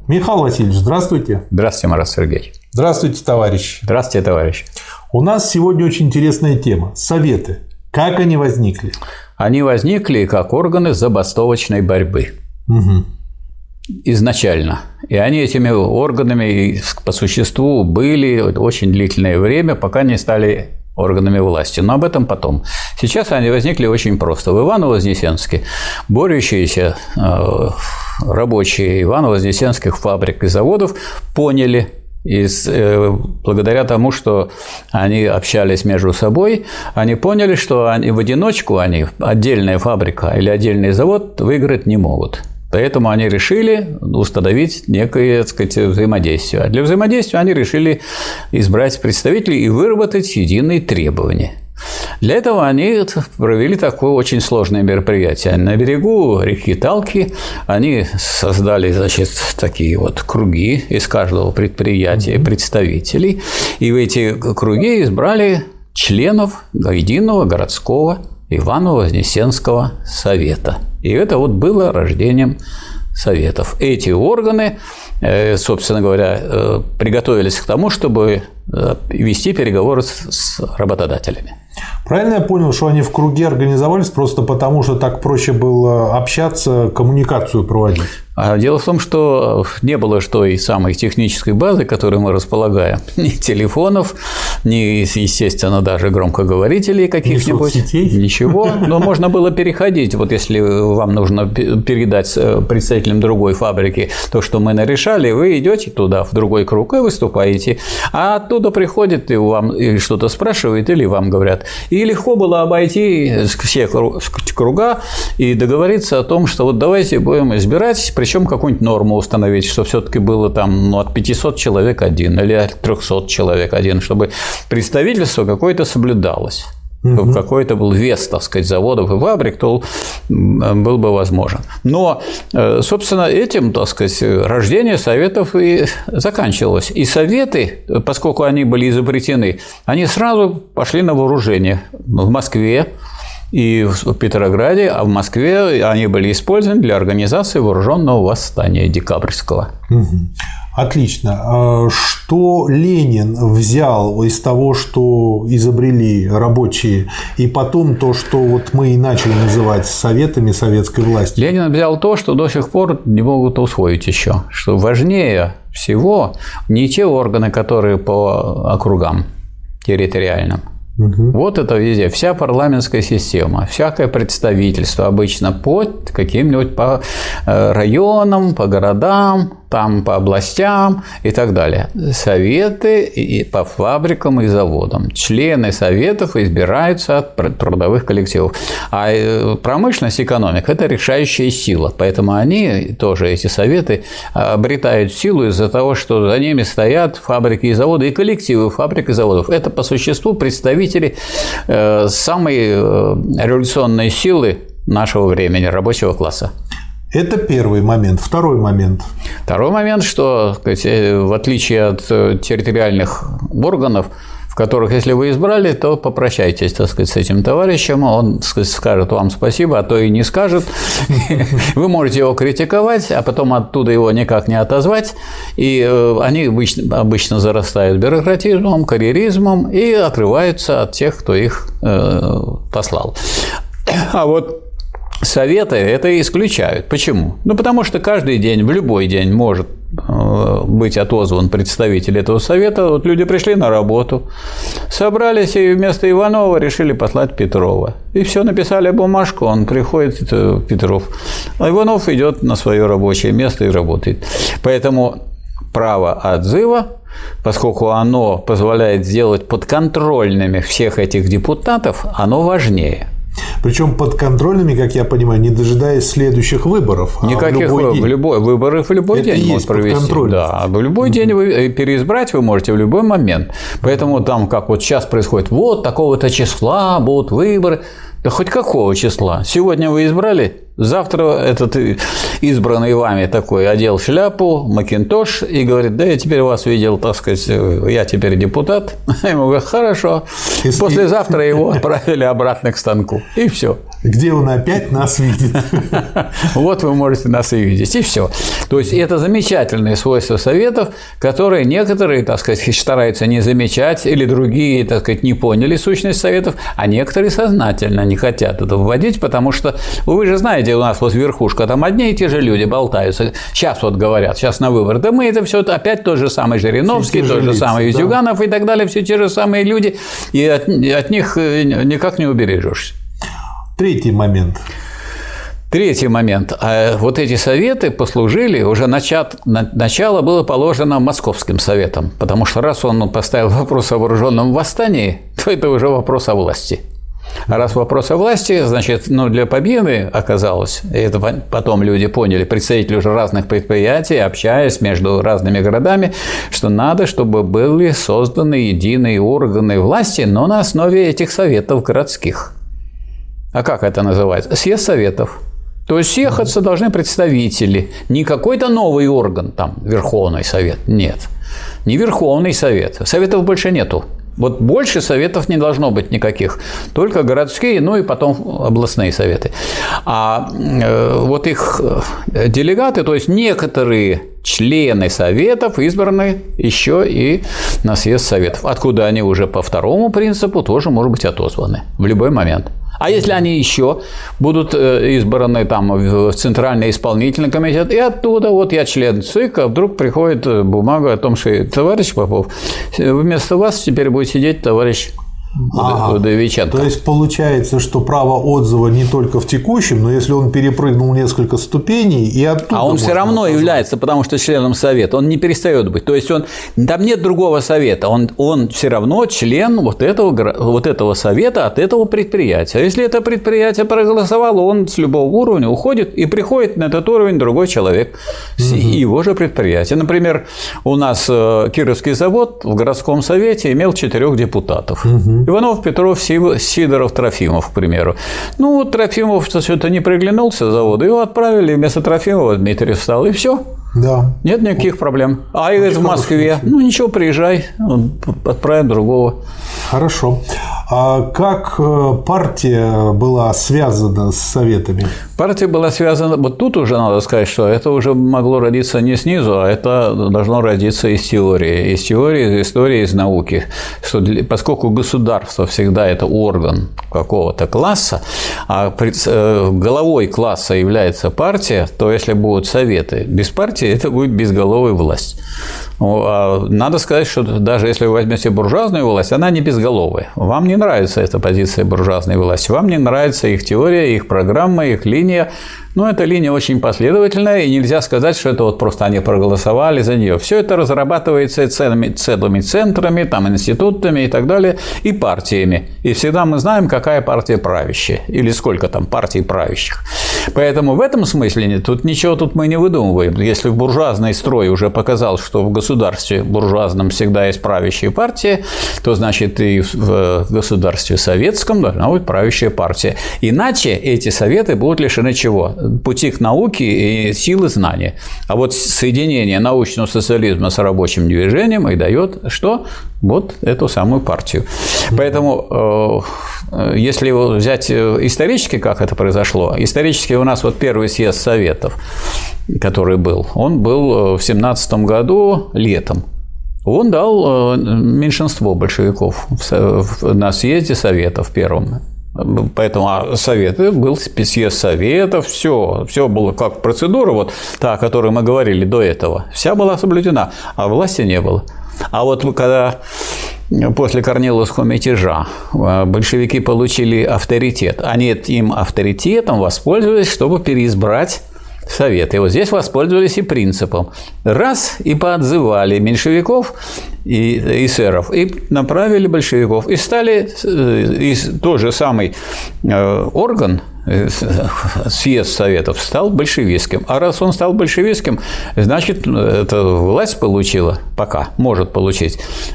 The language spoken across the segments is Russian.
Михаил Васильевич, здравствуйте. Здравствуйте, Марат Сергеевич. Здравствуйте, товарищ. Здравствуйте, товарищ. У нас сегодня очень интересная тема – советы. Как они возникли? Они возникли как органы забастовочной борьбы. Угу. Изначально. И они этими органами по существу были очень длительное время, пока не стали органами власти. Но об этом потом. Сейчас они возникли очень просто. В Иваново-Вознесенске борющиеся рабочие Иваново-Вознесенских фабрик и заводов поняли, благодаря тому, что они общались между собой, они поняли, что в одиночку отдельная фабрика или отдельный завод выиграть не могут. Поэтому они решили установить некое, так сказать, взаимодействие. А для взаимодействия они решили избрать представителей и выработать единые требования. Для этого они провели такое очень сложное мероприятие. На берегу реки Талки они создали, значит, такие вот круги из каждого предприятия представителей, и в эти круги избрали членов единого городского Иваново-Вознесенского совета. И это вот было рождением советов. Эти органы, собственно говоря, приготовились к тому, чтобы вести переговоры с работодателями. Правильно я понял, что они в круге организовались просто потому, что так проще было общаться, коммуникацию проводить? А дело в том, что не было той самой технической базы, которой мы располагаем, ни телефонов, ни, естественно, даже громкоговорителей каких-нибудь, ничего. Но можно было переходить. Вот если вам нужно передать представителям другой фабрики то, что мы нарешали, вы идете туда, в другой круг, и выступаете. А оттуда приходит и вам и что-то спрашивает, или вам говорят. И легко было обойти все круга и договориться о том, что вот давайте будем избирать, причем какую-нибудь норму установить, что все-таки было там от 500 человек один или от 300 человек один, чтобы представительство какое-то соблюдалось. Чтобы какой-то был вес, так сказать, заводов и фабрик, то был бы возможен. Но, собственно, этим, так сказать, рождение советов и заканчивалось. И советы, поскольку они были изобретены, они сразу пошли на вооружение в Москве и в Петрограде, а в Москве они были использованы для организации вооруженного восстания декабрьского. Отлично. Что Ленин взял из того, что изобрели рабочие, и потом то, что вот мы и начали называть советами советской власти? Ленин взял то, что до сих пор не могут усвоить еще, что важнее всего не те органы, которые по округам территориальным. Вот это везде. Вся парламентская система, всякое представительство обычно по каким-нибудь по районам, по городам, там по областям и так далее. Советы и по фабрикам и заводам. Члены советов избираются от трудовых коллективов. А промышленность, экономика – это решающая сила. Поэтому они тоже, эти советы, обретают силу из-за того, что за ними стоят фабрики и заводы, и коллективы фабрик и заводов. Это по существу представители самой революционной силы нашего времени, рабочего класса. Это первый момент. Второй момент. Второй момент, что, в отличие от территориальных органов, в которых, если вы избрали, то попрощайтесь, так сказать, с этим товарищем, он, так сказать, скажет вам спасибо, а то и не скажет. Вы можете его критиковать, а потом оттуда его никак не отозвать, и они обычно зарастают бюрократизмом, карьеризмом и отрываются от тех, кто их послал. А вот советы это исключают. Почему? Ну, потому что каждый день, в любой день может быть отозван представитель этого совета. Вот люди пришли на работу, собрались и вместо Иванова решили послать Петрова. И все, написали бумажку, он приходит, это Петров. А Иванов идет на свое рабочее место и работает. Поэтому право отзыва, поскольку оно позволяет сделать подконтрольными всех этих депутатов, оно важнее. Причем подконтрольными, как я понимаю, не дожидаясь следующих выборов. Никаких выборов в любой день можно провести. Да, в любой день вы переизбрать вы можете в любой момент. Поэтому там, как вот сейчас происходит, вот такого-то числа будут выборы. Да хоть какого числа. Сегодня вы избрали, завтра этот избранный вами такой одел шляпу, макинтош и говорит: да, я теперь вас видел, так сказать, я теперь депутат. Ему говорят: хорошо. Послезавтра его отправили обратно к станку. И все. Где он опять нас видит? Вот вы можете нас и видеть, и все. То есть это замечательные свойства советов, которые некоторые, так сказать, стараются не замечать, или другие, так сказать, не поняли сущность советов, а некоторые сознательно не хотят это вводить, потому что вы же знаете, у нас вот верхушка, там одни и те же люди болтаются. Сейчас вот говорят, сейчас на выбор. Да мы это все опять тот же самый Жириновский, тот же самый Визюганов, да, и так далее, все те же самые люди, и от них никак не убережешься. Третий момент. Вот эти советы послужили, уже начало было положено Московским советом, потому что раз он поставил вопрос о вооруженном восстании, то это уже вопрос о власти. А раз вопрос о власти, значит, для победы оказалось, и это потом люди поняли, представители уже разных предприятий, общаясь между разными городами, что надо, чтобы были созданы единые органы власти, но на основе этих советов городских. А как это называется? Съезд советов. То есть съехаться должны представители, не какой-то новый орган, там, Верховный совет, нет, не Верховный совет, советов больше нету. Вот больше советов не должно быть никаких, только городские, и потом областные советы. А вот их делегаты, то есть некоторые члены советов избраны еще и на съезд советов, откуда они уже по второму принципу тоже, может быть, отозваны в любой момент. А если они еще будут избраны там в Центральный исполнительный комитет, и оттуда, вот я член ЦИК, а вдруг приходит бумага о том, что товарищ Попов, вместо вас теперь будет сидеть товарищ Удовиченко. То есть получается, что право отзыва не только в текущем, но если он перепрыгнул несколько ступеней, и оттуда. А он все равно является, потому что членом совета, он не перестает быть. То есть там нет другого совета, он все равно член вот этого совета от этого предприятия. А если это предприятие проголосовало, он с любого уровня уходит и приходит на этот уровень другой человек с его же предприятия. Например, у нас Кировский завод в городском совете имел 4 депутатов. Иванов, Петров, Сидоров, Трофимов, к примеру. Трофимов что-то не приглянулся заводу, его отправили, вместо Трофимова Дмитриев встал, и все. Да. Нет никаких проблем. А это в Москве. Ничего, приезжай, отправим другого. Хорошо. А как партия была связана с советами? Партия была связана, вот тут уже надо сказать, что это уже могло родиться не снизу, а это должно родиться из теории. Из теории, из истории, из науки. Что поскольку государство всегда это орган какого-то класса, а головой класса является партия, то если будут советы без партии, это будет безголовая власть. Надо сказать, что даже если вы возьмете буржуазную власть, она не безголовая. Вам не нравится эта позиция буржуазной власти, вам не нравится их теория, их программа, их линия. Эта линия очень последовательная, и нельзя сказать, что это просто они проголосовали за нее. Все это разрабатывается целыми центрами, институтами и так далее, и партиями. И всегда мы знаем, какая партия правящая, или сколько там партий правящих. Поэтому в этом смысле ничего мы не выдумываем. Если буржуазный строй уже показал, что в государстве буржуазном всегда есть правящая партия, то значит и в государстве советском должна быть правящая партия. Иначе эти советы будут лишены чего? Пути к науке и силы знания. А вот соединение научного социализма с рабочим движением и дает что? Вот эту самую партию. Поэтому, если взять исторически, как это произошло, исторически у нас первый съезд советов, который был, он был в 17 году летом. Он дал меньшинство большевиков на съезде советов первом. Поэтому советы, был съезд советов, все было как процедура, та, о которой мы говорили до этого, вся была соблюдена, а власти не было. А когда после Корниловского мятежа большевики получили авторитет, они этим авторитетом воспользовались, чтобы переизбрать Советы. И здесь воспользовались и принципом. Раз – и поотзывали меньшевиков и эсеров, и направили большевиков. И стали тот же самый орган, съезд Советов, стал большевистским. А раз он стал большевистским, значит, эта власть получила, пока может получить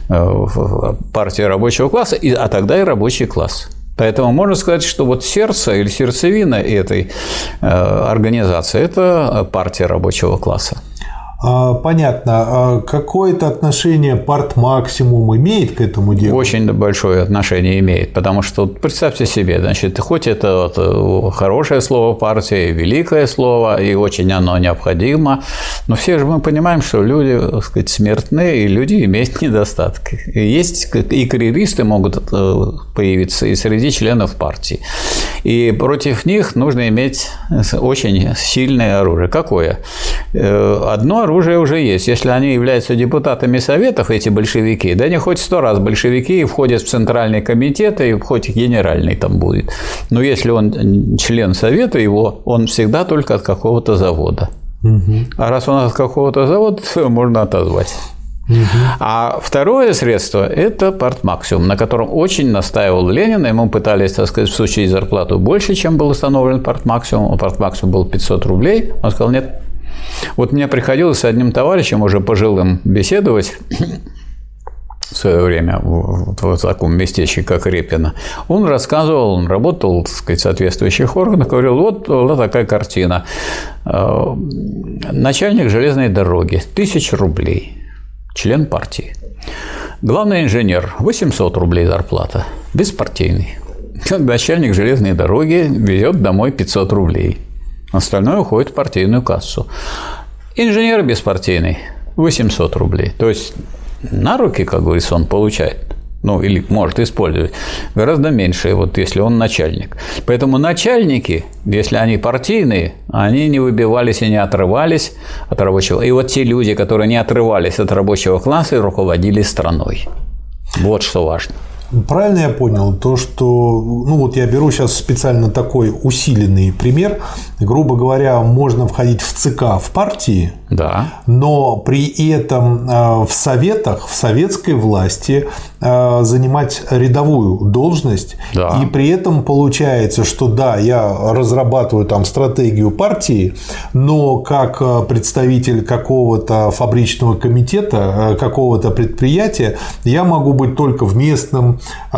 партия рабочего класса, а тогда и рабочий класс. Поэтому можно сказать, что сердце или сердцевина этой организации – это партия рабочего класса. Понятно. Какое-то отношение партмаксимум имеет к этому делу? Очень большое отношение имеет, потому что представьте себе, значит, хоть это вот хорошее слово партия, великое слово, и очень оно необходимо, но все же мы понимаем, что люди, так сказать, смертны, и люди имеют недостатки. И есть и карьеристы могут появиться и среди членов партии. И против них нужно иметь очень сильное оружие. Какое? Одно оружие уже есть. Если они являются депутатами советов, эти большевики, да они хоть 100 раз большевики и входят в центральный комитет, и хоть генеральный там будет. Но если он член совета, он всегда только от какого-то завода. А раз он от какого-то завода, то можно отозвать. А второе средство – это партмаксимум, на котором очень настаивал Ленин. Ему пытались, так сказать, всучить зарплату больше, чем был установлен партмаксимум. А партмаксимум был 500 рублей. Он сказал, нет. Вот мне приходилось с одним товарищем, уже пожилым, беседовать в свое время в таком местечке, как Репино. Он рассказывал, он работал, так сказать, в соответствующих органах, говорил, вот такая картина. Начальник железной дороги – 1000 рублей. Член партии. Главный инженер – 800 рублей зарплата, беспартийный. Начальник железной дороги везет домой 500 рублей. Остальное уходит в партийную кассу. Инженер беспартийный – 800 рублей. То есть на руки, как говорится, он получает. Ну, или может использовать гораздо меньше, вот если он начальник. Поэтому начальники, если они партийные, они не выбивались и не отрывались от рабочего. И вот те люди, которые не отрывались от рабочего класса, руководили страной. Вот что важно. Правильно я понял то, что, вот я беру сейчас специально такой усиленный пример, грубо говоря, можно входить в ЦК в партии, да. Но при этом в советах, в советской власти занимать рядовую должность, да. И при этом получается, что да, я разрабатываю там стратегию партии, но как представитель какого-то фабричного комитета, какого-то предприятия, я могу быть только в местном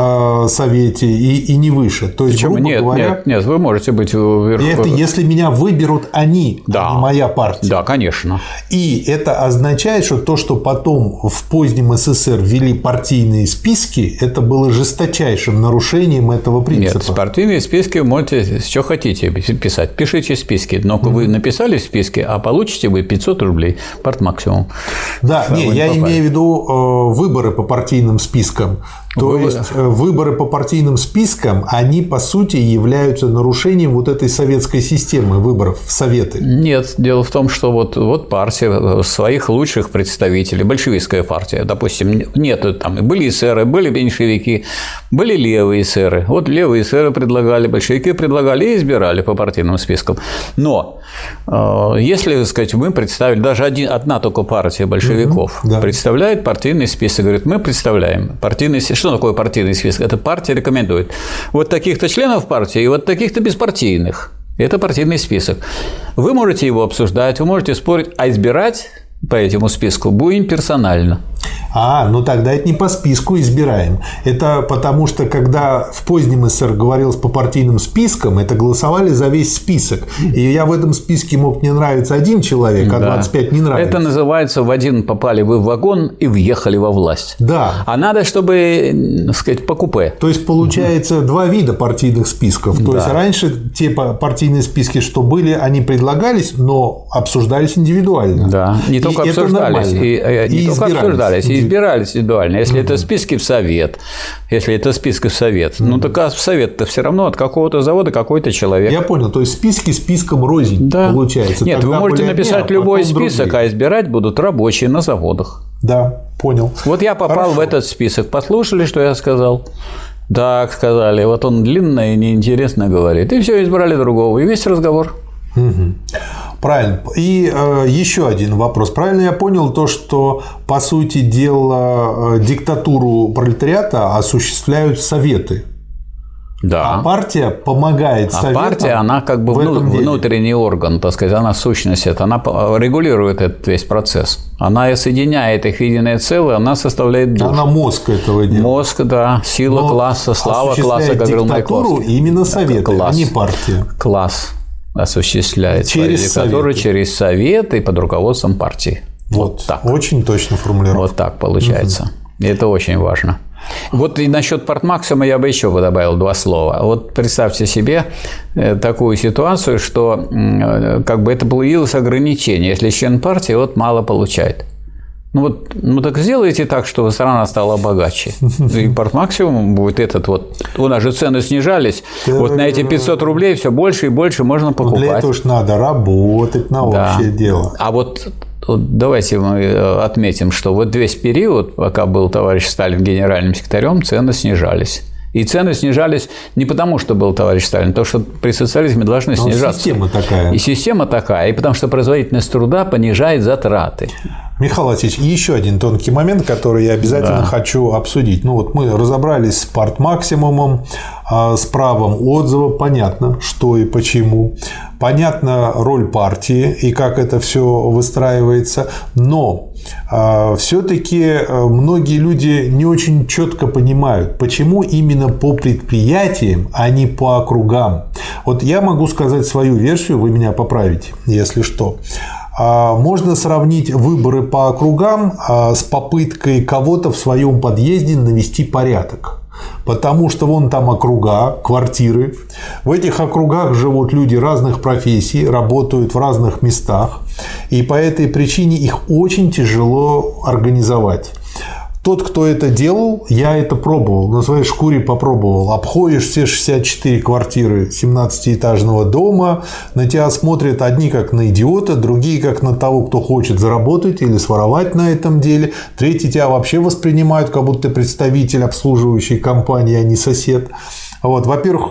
совете и не выше. То есть, грубо говоря, нет, вы можете быть вверху. Это если меня выберут они, да. А не моя партия. Да, конечно. И это означает, что то, что потом в позднем СССР ввели партийные списки, это было жесточайшим нарушением этого принципа. Нет, партийные списки можете, что хотите писать. Пишите списки, но вы написали в списке, а получите вы 500 рублей партмаксимум. Да, я имею в виду выборы по партийным спискам. То есть выборы по партийным спискам, они по сути являются нарушением вот этой советской системы выборов в советы. Нет, дело в том, что вот партия своих лучших представителей, большевистская партия, допустим, нет, там были эсеры, были меньшевики, были левые эсеры. Вот левые эсеры предлагали, большевики предлагали и избирали по партийным спискам. Но если, так сказать, мы представили, даже одна только партия большевиков представляет партийный список, говорит, мы представляем партийный список. Что такое партийный список? Это партия рекомендует вот таких-то членов партии и вот таких-то беспартийных. Это партийный список. Вы можете его обсуждать, вы можете спорить, а избирать по этому списку будем персонально. Тогда это не по списку избираем. Это потому, что когда в позднем СССР говорилось по партийным спискам, это голосовали за весь список. И я в этом списке мог не нравиться один человек, а 25 не нравится. Это называется в один попали вы в вагон и въехали во власть. Да. А надо, чтобы, так сказать, по купе. То есть, получается, два вида партийных списков. То есть, раньше те партийные списки, что были, они предлагались, но обсуждались индивидуально. Да, не только и обсуждались, и избирались индивидуально. Если это списки в совет, так в совет-то все равно от какого-то завода какой-то человек. Я понял, то есть списки списком рознь получается. Нет, вы можете написать любой список, а избирать будут рабочие на заводах. Да, понял. Вот я попал в этот список. Послушали, что я сказал? Так сказали. Вот он длинно и неинтересно говорит. И все, избрали другого. И весь разговор. Правильно. И еще один вопрос. Правильно я понял то, что, по сути дела, диктатуру пролетариата осуществляют советы? Да. А партия помогает советам. А партия, она как бы внутренний орган, так сказать, она сущность, она регулирует этот весь процесс. Она соединяет их в единое целое, она составляет душу. Она мозг этого дела. Мозг, да, сила класса, слава класса, как говорил Маяковский. Именно советы, а не партия. Класс осуществляет через диктатуру через советы и под руководством партии. Вот так. Очень точно формулировка. Вот так получается. И это очень важно. Вот и насчет партмаксимума я бы еще добавил 2 слова. Вот представьте себе такую ситуацию, что как бы это появилось ограничение. Если член партии мало получает. Ну так сделайте так, чтобы страна стала богаче. И партмаксимум будет этот У нас же цены снижались. Вот на эти 500 рублей все больше и больше можно покупать. Для этого уж надо работать на общее дело. А давайте мы отметим, что весь период, пока был товарищ Сталин генеральным секретарем, цены снижались. И цены снижались не потому, что был товарищ Сталин, а потому что при социализме должны снижаться. Система такая. И система такая, и потому что производительность труда понижает затраты. Михаил Васильевич, еще один тонкий момент, который я обязательно хочу обсудить. Мы разобрались с партмаксимумом, с правом отзыва, понятно, что и почему, понятна роль партии и как это все выстраивается, но все-таки многие люди не очень четко понимают, почему именно по предприятиям, а не по округам. Я могу сказать свою версию, вы меня поправите, если что. Можно сравнить выборы по округам с попыткой кого-то в своем подъезде навести порядок. Потому что там округа, квартиры. В этих округах живут люди разных профессий, работают в разных местах. И по этой причине их очень тяжело организовать. Тот, кто это делал, я это пробовал, на своей шкуре попробовал. Обходишь все 64 квартиры 17-этажного дома, на тебя смотрят одни как на идиота, другие как на того, кто хочет заработать или своровать на этом деле, третьи тебя вообще воспринимают, как будто ты представитель обслуживающей компании, а не сосед. Во-первых,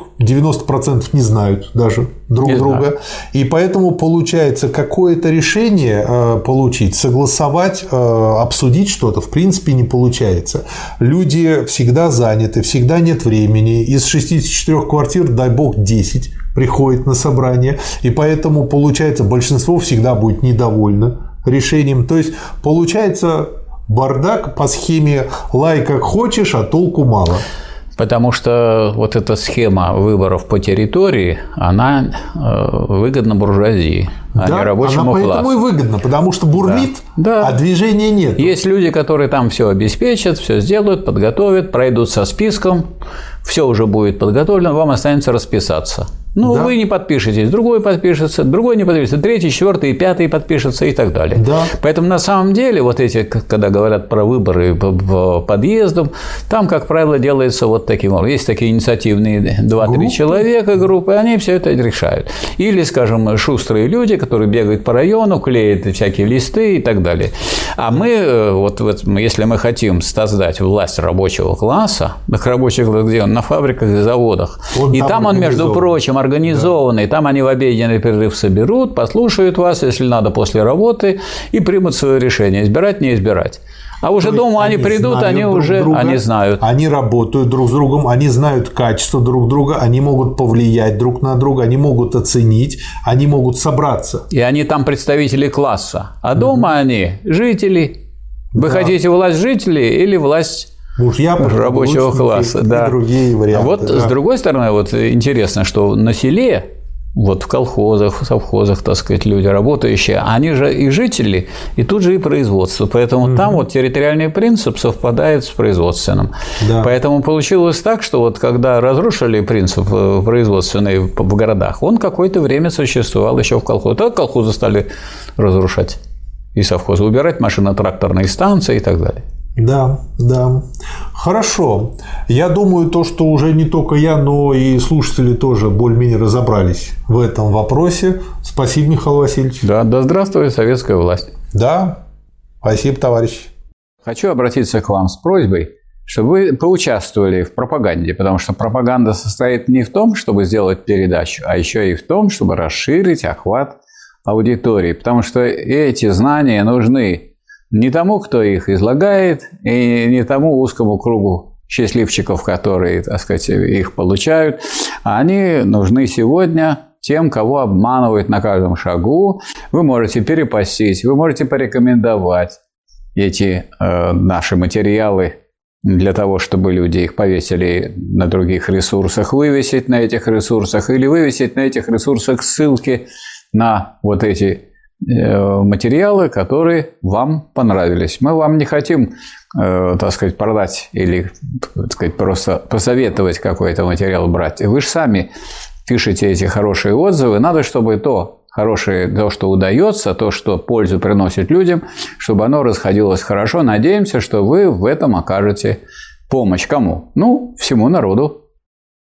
90% не знают даже друг друга. И поэтому получается какое-то решение получить, согласовать, обсудить что-то в принципе не получается. Люди всегда заняты, всегда нет времени. Из 64 квартир, дай бог, 10 приходит на собрание. И поэтому получается, большинство всегда будет недовольно решением. То есть получается бардак по схеме «лай как хочешь, а толку мало». Потому что эта схема выборов по территории, она выгодна буржуазии, а не рабочему классу. Поэтому и выгодно, потому что бурлит, а движения нет. Есть люди, которые там все обеспечат, все сделают, подготовят, пройдут со списком, все уже будет подготовлено, вам останется расписаться. Вы не подпишетесь, другой подпишется, другой не подпишется, третий, четвертый, пятый подпишется и так далее. Поэтому на самом деле эти, когда говорят про выборы по подъездам, там, как правило, делается таким образом. Есть такие инициативные 2-3 человека, группы, они все это решают. Или, скажем, шустрые люди, которые бегают по району, клеят всякие листы и так далее. А мы, если мы хотим создать власть рабочего класса, так рабочий класс где он? На фабриках и заводах. И там он, между прочим, организованный. Там они в обеденный перерыв соберут, послушают вас, если надо, после работы, и примут свое решение, избирать, не избирать. А уже дома они придут, они уже они знают. Они работают друг с другом, они знают качество друг друга, они могут повлиять друг на друга, они могут оценить, они могут собраться. И они там представители класса. А дома они жители. Вы хотите власть жителей или власть рабочего класса? И другие варианты. С другой стороны, интересно, что на селе, в колхозах, в совхозах, так сказать, люди работающие, они же и жители, и тут же и производство. Поэтому там территориальный принцип совпадает с производственным. Поэтому получилось так, что когда разрушили принцип производственный в городах, он какое-то время существовал еще в колхозе. Так колхозы стали разрушать и совхозы, убирать машино-тракторные станции и так далее. Да. Хорошо. Я думаю, что уже не только я, но и слушатели тоже более-менее разобрались в этом вопросе. Спасибо, Михаил Васильевич. Да здравствует советская власть. Да. Спасибо, товарищ. Хочу обратиться к вам с просьбой, чтобы вы поучаствовали в пропаганде, потому что пропаганда состоит не в том, чтобы сделать передачу, а еще и в том, чтобы расширить охват аудитории, потому что эти знания нужны не тому, кто их излагает, и не тому узкому кругу счастливчиков, которые, так сказать, их получают. Они нужны сегодня тем, кого обманывают на каждом шагу. Вы можете перепостить, вы можете порекомендовать эти наши материалы для того, чтобы люди их повесили на других ресурсах, вывесить на этих ресурсах или вывесить на этих ресурсах ссылки на эти материалы, которые вам понравились. Мы вам не хотим, так сказать, продать или, так сказать, просто посоветовать какой-то материал брать. Вы же сами пишете эти хорошие отзывы. Надо, чтобы то хорошее, то, что удается, то, что пользу приносит людям, чтобы оно расходилось хорошо. Надеемся, что вы в этом окажете помощь. Кому? Ну, всему народу.